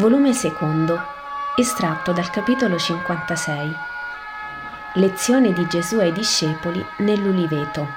Volume secondo, estratto dal capitolo 56. Lezione di Gesù ai discepoli nell'Uliveto.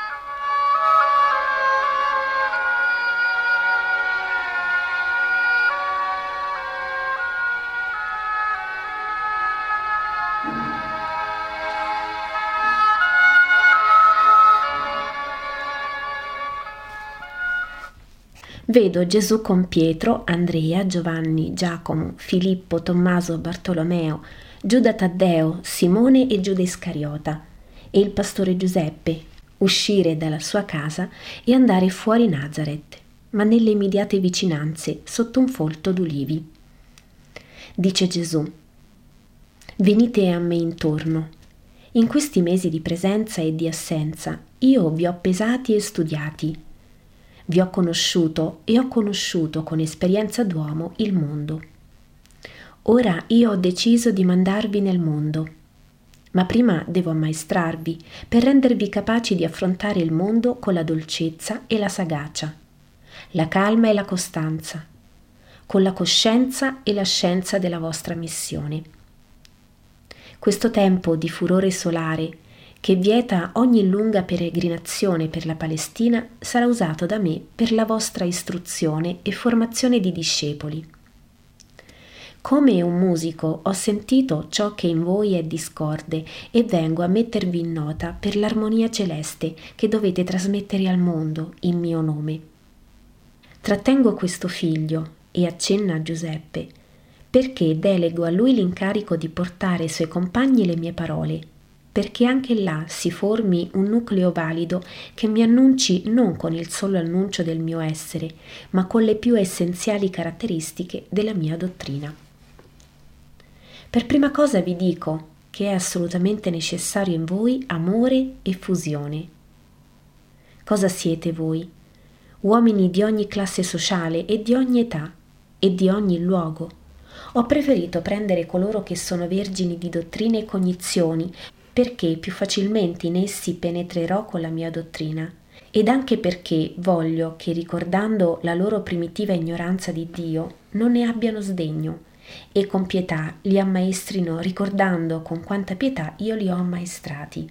Vedo Gesù con Pietro, Andrea, Giovanni, Giacomo, Filippo, Tommaso, Bartolomeo, Giuda Taddeo, Simone e Giuda Iscariota e il pastore Giuseppe uscire dalla sua casa e andare fuori Nazaret, ma nelle immediate vicinanze, sotto un folto d'ulivi. Dice Gesù: venite a me intorno. In questi mesi di presenza e di assenza io vi ho pesati e studiati. Vi ho conosciuto e ho conosciuto con esperienza d'uomo il mondo. Ora io ho deciso di mandarvi nel mondo, ma prima devo ammaestrarvi per rendervi capaci di affrontare il mondo con la dolcezza e la sagacia, la calma e la costanza, con la coscienza e la scienza della vostra missione. Questo tempo di furore solare che vieta ogni lunga peregrinazione per la Palestina sarà usato da me per la vostra istruzione e formazione di discepoli. Come un musico ho sentito ciò che in voi è discorde e vengo a mettervi in nota per l'armonia celeste che dovete trasmettere al mondo in mio nome. Trattengo questo figlio, e accenna a Giuseppe, perché delego a lui l'incarico di portare ai suoi compagni le mie parole, perché anche là si formi un nucleo valido che mi annunci non con il solo annuncio del mio essere, ma con le più essenziali caratteristiche della mia dottrina. Per prima cosa vi dico che è assolutamente necessario in voi amore e fusione. Cosa siete voi? Uomini di ogni classe sociale e di ogni età e di ogni luogo. Ho preferito prendere coloro che sono vergini di dottrine e cognizioni, perché più facilmente in essi penetrerò con la mia dottrina, ed anche perché voglio che, ricordando la loro primitiva ignoranza di Dio, non ne abbiano sdegno, e con pietà li ammaestrino ricordando con quanta pietà io li ho ammaestrati.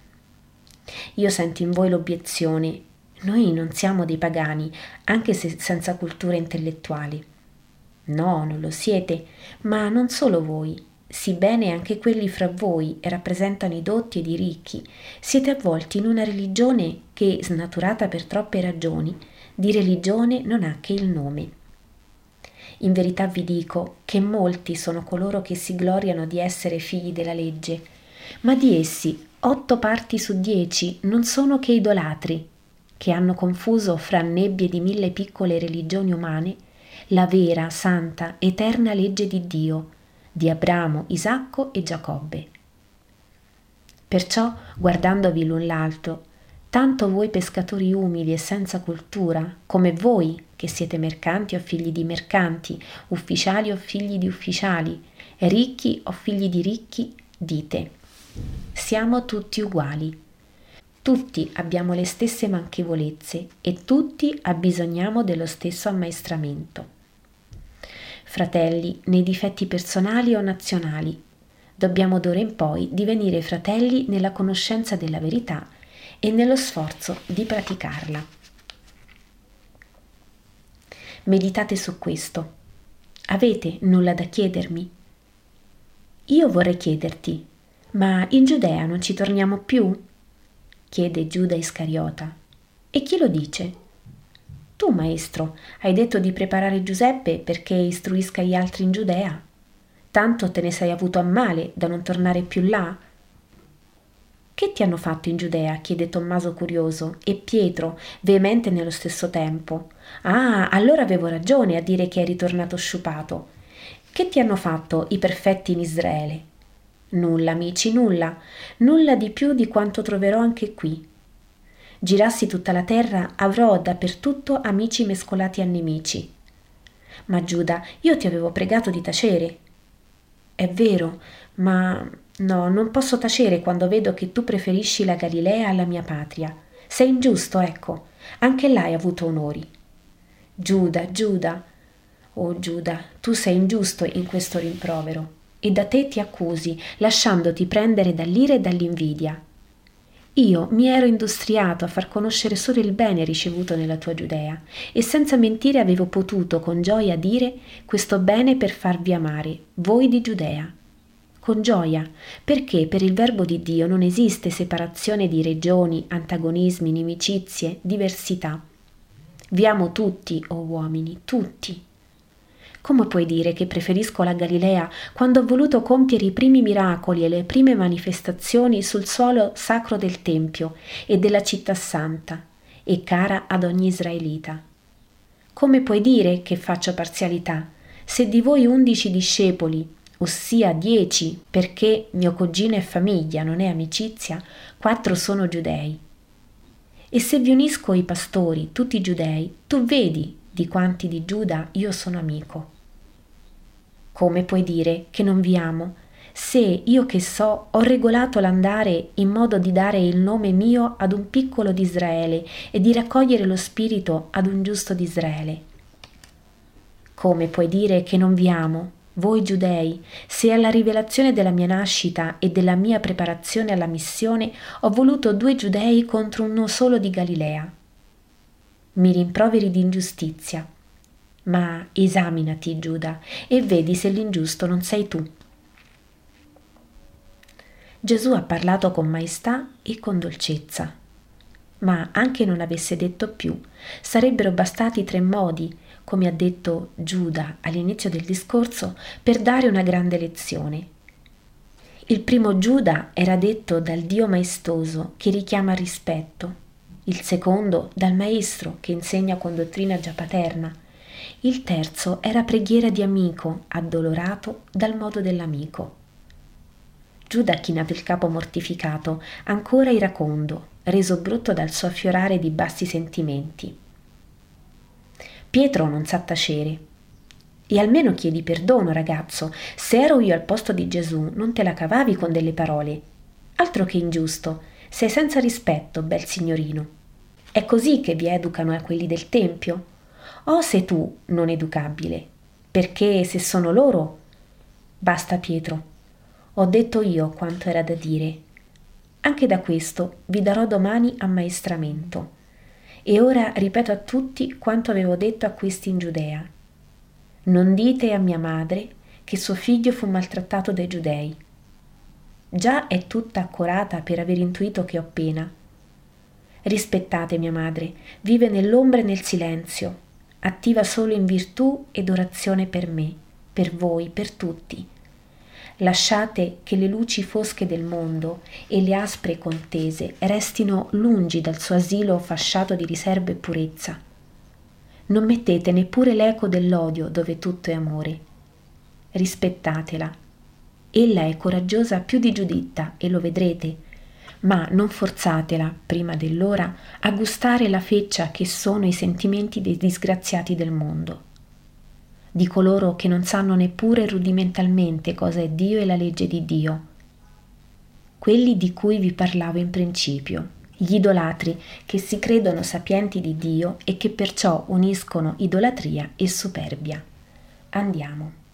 Io sento in voi l'obiezione: noi non siamo dei pagani, anche se senza cultura intellettuale. No, non lo siete, ma non solo voi. Sì bene anche quelli fra voi rappresentano i dotti ed i ricchi. Siete avvolti in una religione che, snaturata per troppe ragioni, di religione non ha che il nome. In verità vi dico che molti sono coloro che si gloriano di essere figli della legge, ma di essi 8 parti su 10 non sono che idolatri, che hanno confuso fra nebbie di 1000 piccole religioni umane la vera, santa, eterna legge di Dio, di Abramo, Isacco e Giacobbe. Perciò, guardandovi l'un l'altro, tanto voi pescatori umili e senza cultura, come voi che siete mercanti o figli di mercanti, ufficiali o figli di ufficiali, ricchi o figli di ricchi, dite: siamo tutti uguali. Tutti abbiamo le stesse manchevolezze e tutti abbisogniamo dello stesso ammaestramento. Fratelli, nei difetti personali o nazionali, dobbiamo d'ora in poi divenire fratelli nella conoscenza della verità e nello sforzo di praticarla. Meditate su questo. Avete nulla da chiedermi? Io vorrei chiederti: ma in Giudea non ci torniamo più? Chiede Giuda Iscariota. E chi lo dice? Tu, maestro, hai detto di preparare Giuseppe perché istruisca gli altri in Giudea. Tanto te ne sei avuto a male da non tornare più là? Che ti hanno fatto in Giudea? Chiede Tommaso curioso, e Pietro, veemente nello stesso tempo. Ah, allora avevo ragione a dire che è ritornato sciupato. Che ti hanno fatto i perfetti in Israele? Nulla, amici, nulla di più di quanto troverò anche qui. Girassi tutta la terra, avrò dappertutto amici mescolati a nemici. Ma Giuda, io ti avevo pregato di tacere. È vero, ma no, non posso tacere quando vedo che tu preferisci la Galilea alla mia patria. Sei ingiusto, ecco, anche là hai avuto onori. Giuda, Oh Giuda, tu sei ingiusto in questo rimprovero, e da te ti accusi, lasciandoti prendere dall'ira e dall'invidia. Io mi ero industriato a far conoscere solo il bene ricevuto nella tua Giudea, e senza mentire avevo potuto con gioia dire questo bene per farvi amare, voi di Giudea. Con gioia, perché per il verbo di Dio non esiste separazione di regioni, antagonismi, inimicizie, diversità. Vi amo tutti, o uomini, tutti. Come puoi dire che preferisco la Galilea quando ho voluto compiere i primi miracoli e le prime manifestazioni sul suolo sacro del Tempio e della città santa, e cara ad ogni israelita? Come puoi dire che faccio parzialità, se di voi 11 discepoli, ossia 10, perché mio cugino è famiglia, non è amicizia, 4 sono giudei? E se vi unisco i pastori, tutti giudei, tu vedi di quanti di Giuda io sono amico. Come puoi dire che non vi amo, se io che so ho regolato l'andare in modo di dare il nome mio ad un piccolo di Israele e di raccogliere lo spirito ad un giusto di Israele? Come puoi dire che non vi amo, voi giudei, se alla rivelazione della mia nascita e della mia preparazione alla missione ho voluto 2 giudei contro uno solo di Galilea? Mi rimproveri di ingiustizia. Ma esaminati, Giuda, e vedi se l'ingiusto non sei tu. Gesù ha parlato con maestà e con dolcezza, ma anche non avesse detto più, sarebbero bastati 3 modi, come ha detto Giuda all'inizio del discorso, per dare una grande lezione. Il primo Giuda era detto dal Dio maestoso che richiama al rispetto, il secondo dal maestro che insegna con dottrina già paterna, il terzo era preghiera di amico, addolorato dal modo dell'amico. Giuda chinava il capo mortificato, ancora iracondo, reso brutto dal suo affiorare di bassi sentimenti. Pietro non sa tacere. E almeno chiedi perdono, ragazzo, se ero io al posto di Gesù non te la cavavi con delle parole. Altro che ingiusto, sei senza rispetto, bel signorino. È così che vi educano a quelli del Tempio? O sei tu non educabile, perché se sono loro... Basta, Pietro, ho detto io quanto era da dire. Anche da questo vi darò domani ammaestramento. E ora ripeto a tutti quanto avevo detto a questi in Giudea. Non dite a mia madre che suo figlio fu maltrattato dai giudei. Già è tutta accorata per aver intuito che ho pena. Rispettate mia madre, vive nell'ombra e nel silenzio, attiva solo in virtù ed orazione per me, per voi, per tutti. Lasciate che le luci fosche del mondo e le aspre contese restino lungi dal suo asilo fasciato di riserva e purezza. Non mettete neppure l'eco dell'odio dove tutto è amore. Rispettatela. Ella è coraggiosa più di Giuditta e lo vedrete, ma non forzatela, prima dell'ora, a gustare la feccia che sono i sentimenti dei disgraziati del mondo, di coloro che non sanno neppure rudimentalmente cosa è Dio e la legge di Dio, quelli di cui vi parlavo in principio, gli idolatri che si credono sapienti di Dio e che perciò uniscono idolatria e superbia. Andiamo.